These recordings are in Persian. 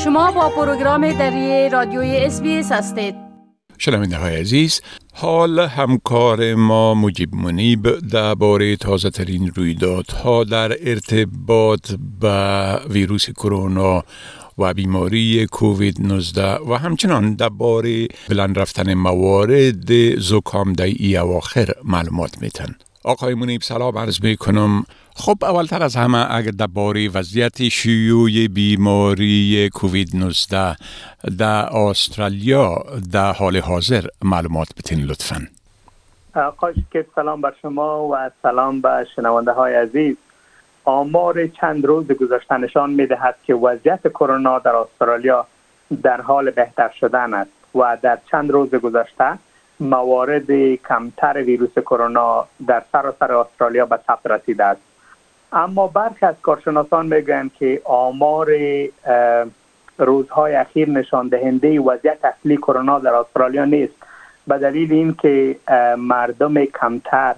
شما با پروگرام دری رادیوی SBS هستید. شنونده های عزیز، حال همکار ما مجیب منیب درباره تازه ترین رویدادها در ارتباط با ویروس کرونا و بیماری کووید 19 و همچنان درباره بلند رفتن موارد زکام در ای اواخر معلومات میتن. آقای منیب سلام عرض میکنم. خب اولتر از همه اگر درباره وضعیت شیوع بیماری کووید 19 در استرالیا در حال حاضر معلومات بتین لطفاً. خواهش که سلام بر شما و سلام به شنونده های عزیز. آمار چند روز گذشته نشان می‌دهد که وضعیت کرونا در استرالیا در حال بهتر شدن است و در چند روز گذشته موارد کمتر ویروس کرونا در سراسر استرالیا به ثبت رسیده است. اما برخی از کارشناسان میگویند که آمار روزهای اخیر نشان دهنده وضعیت اصلی کرونا در استرالیا نیست، به دلیل اینکه مردم کمتر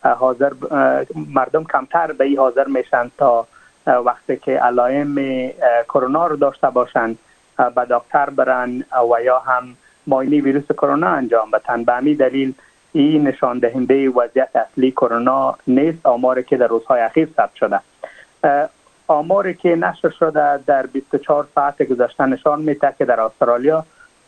به این حاضر میشن تا وقتی که علائم کرونا رو داشته باشند به دکتر برن و یا هم معاینه ویروس کرونا انجام بدن. به همین دلیل این نشان دهنده وضعیت اصلی کرونا نیست. آماری که در روزهای اخیر ثبت شده، آماری که نشر شده در 24 ساعت گذشته نشان میده که در استرالیا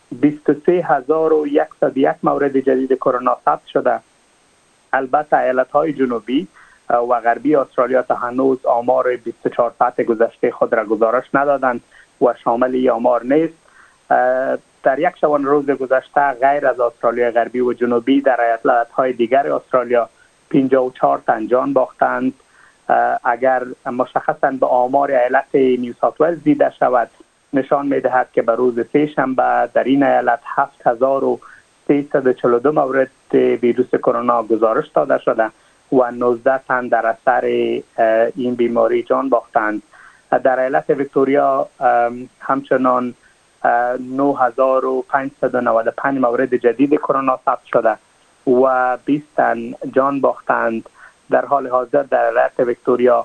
23101 مورد جدید کرونا ثبت شده. البته ایالت‌های جنوبی و غربی استرالیا تا هنوز آمار 24 ساعت گذشته خود را گزارش ندادند و شامل این آمار نیست. در یک شبانه روز گذشته غیر از استرالیا غربی و جنوبی در ایالت‌های دیگر استرالیا 54 تن جان باختند. اگر مشخصاً به آمار ایالت نیو ساوت ولز دیده شود، نشان می‌دهد که به روز سه‌شنبه در این ایالت 7342 مورد ویروس کرونا گزارش داده شده و 19 تن در اثر این بیماری جان باختند. در ایالت ویکتوریا همچنان 9595 مورد جدید کرونا ثبت شده و 20 تن جان باختند. در حال حاضر در ایالت ویکتوریا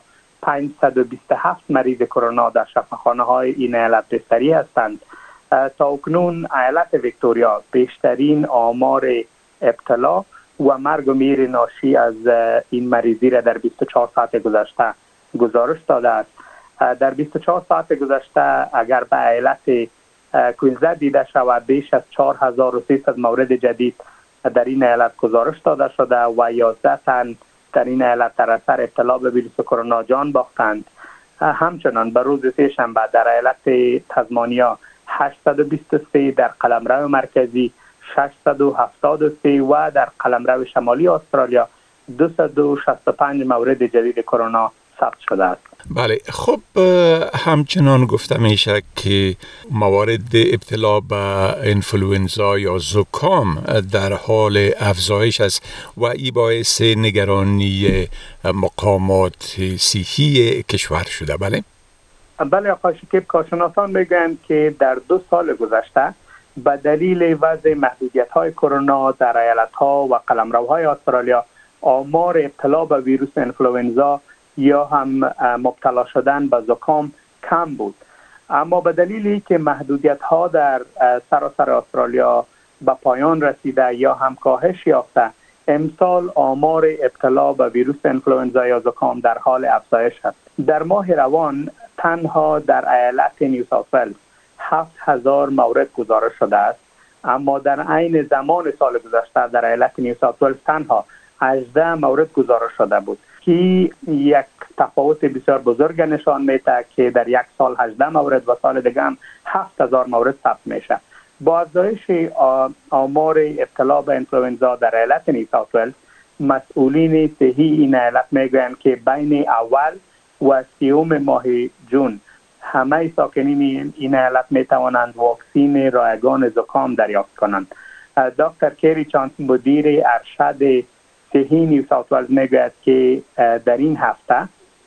527 مریض کرونا در شفاخانه‌های این ایالت بستری هستند. تا اکنون ایالت ویکتوریا بیشترین آمار ابتلا و مرگ و میر ناشی از این مریضی را در 24 ساعت گذشته گزارش داده است. در 24 ساعت گذشته اگر به ایالت کوینزلند دیده شود، بیش از 4300 مورد جدید در این ایالت گزارش داده شده و 11 تن در این ایالت در اثر ابتلا به ویروس کرونا جان باختند. همچنان به روز سه‌شنبه در ایالت تزمانیا 823، در قلمرو مرکزی 673 و در قلمرو شمالی استرالیا 265 مورد جدید کرونا ثبت شده است. بله، خب همچنان گفته میشه که موارد ابتلا به انفلوئنزا یا زکام در حال افزایش است و این باعث نگرانی مقامات صحی کشور شده. بله آقای شکیب، کارشناسان میگویند که در 2 سال گذشته به دلیل وضع محدودیت‌های کرونا در ایالت‌ها و قلمروهای استرالیا آمار ابتلا به ویروس انفلوئنزا یا هم مبتلا شدن به زکام کم بود. اما به دلیلی که محدودیت‌ها در سراسر استرالیا به پایان رسیده یا هم کاهش یافته، امسال آمار ابتلا به ویروس انفلوئنزا یا زکام در حال افزایش است. در ماه روان تنها در ایالت نیو ساوت ولز 7000 مورد گزارش شده است، اما در عین زمان سال گذشته در ایالت نیو ساوت ولز تنها 18 مورد گزارش شده بود که یک تفاوت بسیار بزرگ نشان میده که در یک سال 18 مورد و سال دیگه هم 7000 مورد ثبت میشه. با افزایش آمار ابتلا به انفلوئنزا در ایالت نیو ساوت ولز، مسئولین صحی این ایالت میگویند که بین اول و 30 ماه جون همه ساکنین این ایالت میتوانند واکسین رایگان زکام دریافت کنند. دکتر کری چانس، مدیر ارشد صحی نیو ساوت ولز، میگوید که در این هفته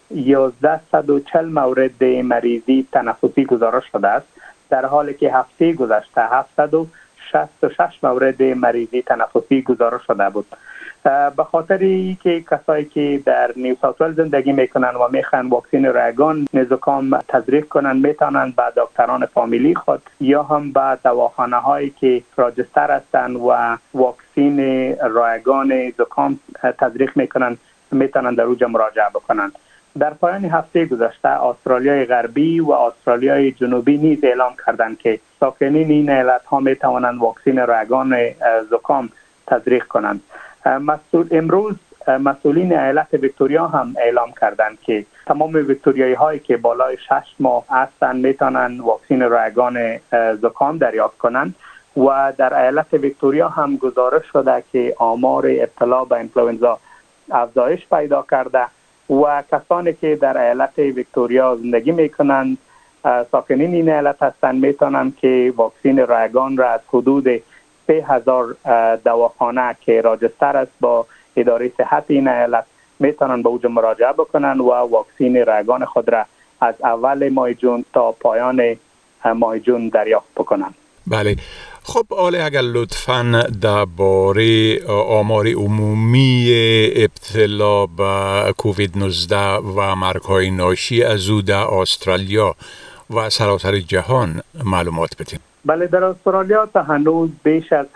1140 مورد مریضی تنفسی گزارش شده است، در حالی که هفته گذشته 766 مورد مریضی تنفسی گزارش شده بود. به خاطر اینکه کسایی که در نیو ساوت ولز زندگی میکنن و میخوان واکسن رایگان زکام تزریق کنن میتونن به دکتران فامیلی خود یا هم به دواخانه هایی که راجستر هستن و واکسن رایگان زکام تزریق میکنن میتونن در اوج مراجعه بکنن. در پایان هفته گذشته استرالیای غربی و استرالیای جنوبی نیز اعلام کردند که ساکنین این ایالت‌ها میتوانند واکسن رایگان زکام تزریق کنند. امروز مسئولین ایالت ویکتوریا هم اعلام کردند که تمام ویکتوریایی هایی که بالای 6 ماه هستند میتونن واکسن رایگان زکام دریافت کنند و در ایالت ویکتوریا هم گزارش شده که آمار ابتلا به اینفلوئنزا افزایش پیدا کرده و کسانی که در ایالت ویکتوریا زندگی میکنند ساکنین این ایالت هستند میتونن که واکسن رایگان را از حدود 3000 دواخانه که راجستر است با اداره صحت این ایالت میتونن به اوج مراجعه بکنن و واکسن رایگان خود را از اول ماه جون تا پایان ماه جون دریافت بکنن. بله. خب آله اگر لطفاً درباره آمار عمومی ابتلا به کووید 19 و مرگ‌های ناشی از او در استرالیا و سراسر جهان معلومات بدین. بله، در استرالیا تا هنوز بیش از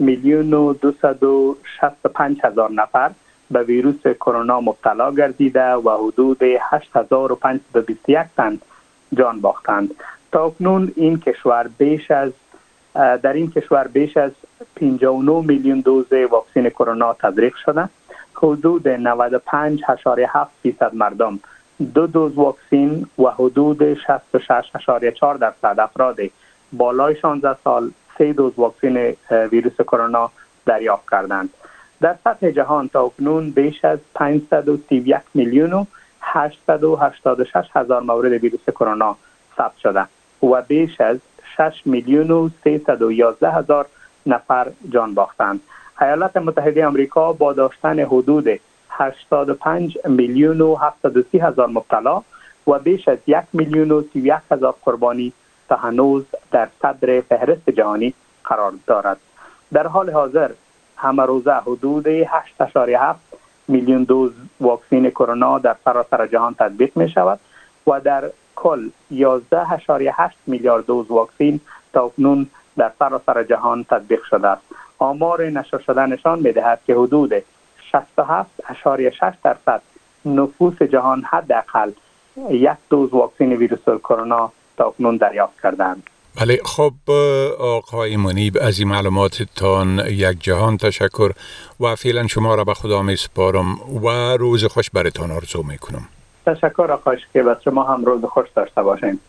7,265,000 نفر به ویروس کرونا مبتلا گردیده و حدود 8,521 تن جان باختند. تا اکنون در این کشور بیش از 59 میلیون دوز واکسن کرونا تزریق شده. حدود 95.7% مردم 2 دوز واکسن و حدود 66.4% افراد بالای 16 سال 3 دوز واکسن ویروس کرونا دریافت کردند. در سطح جهان تا اکنون بیش از 531 میلیون و 886 هزار مورد ویروس کرونا ثبت شده و بیش از 6 میلیون و 311 هزار نفر جان باختند. ایالات متحده آمریکا با داشتن حدود 85 میلیون و 730 هزار مبتلا و بیش از 1 میلیون و 31 هزار قربانی تا هنوز در صدر فهرست جهانی قرار دارد. در حال حاضر همه روزه حدود 8.7 میلیون دوز واکسن کرونا در سراسر جهان تطبیق می شود و در کل 11.8 میلیارد دوز واکسن تا اکنون در سراسر جهان تطبیق شده است. آمار نشر شده نشان می دهد که حدود 67.6% نفوس جهان حداقل 1 دوز واکسن ویروس کرونا تا اکنون دریافت کردند. بله. خب آقای منیب، از این معلوماتتان یک جهان تشکر و فعلا شما را به خدا می سپارم و روز خوش برتان آرزو می کنم. تشکر آقای شکیب، از شما هم روز خوش داشته باشین.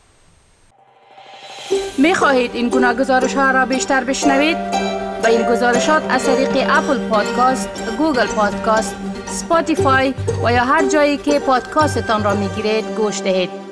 می خواهید این گناه گزارش ها را بیشتر بشنوید؟ با این گزارشات از طریق اپل پادکاست، گوگل پادکاست، اسپاتیفای و یا هر جایی که پادکاستتان را می گیرید گوش دهید.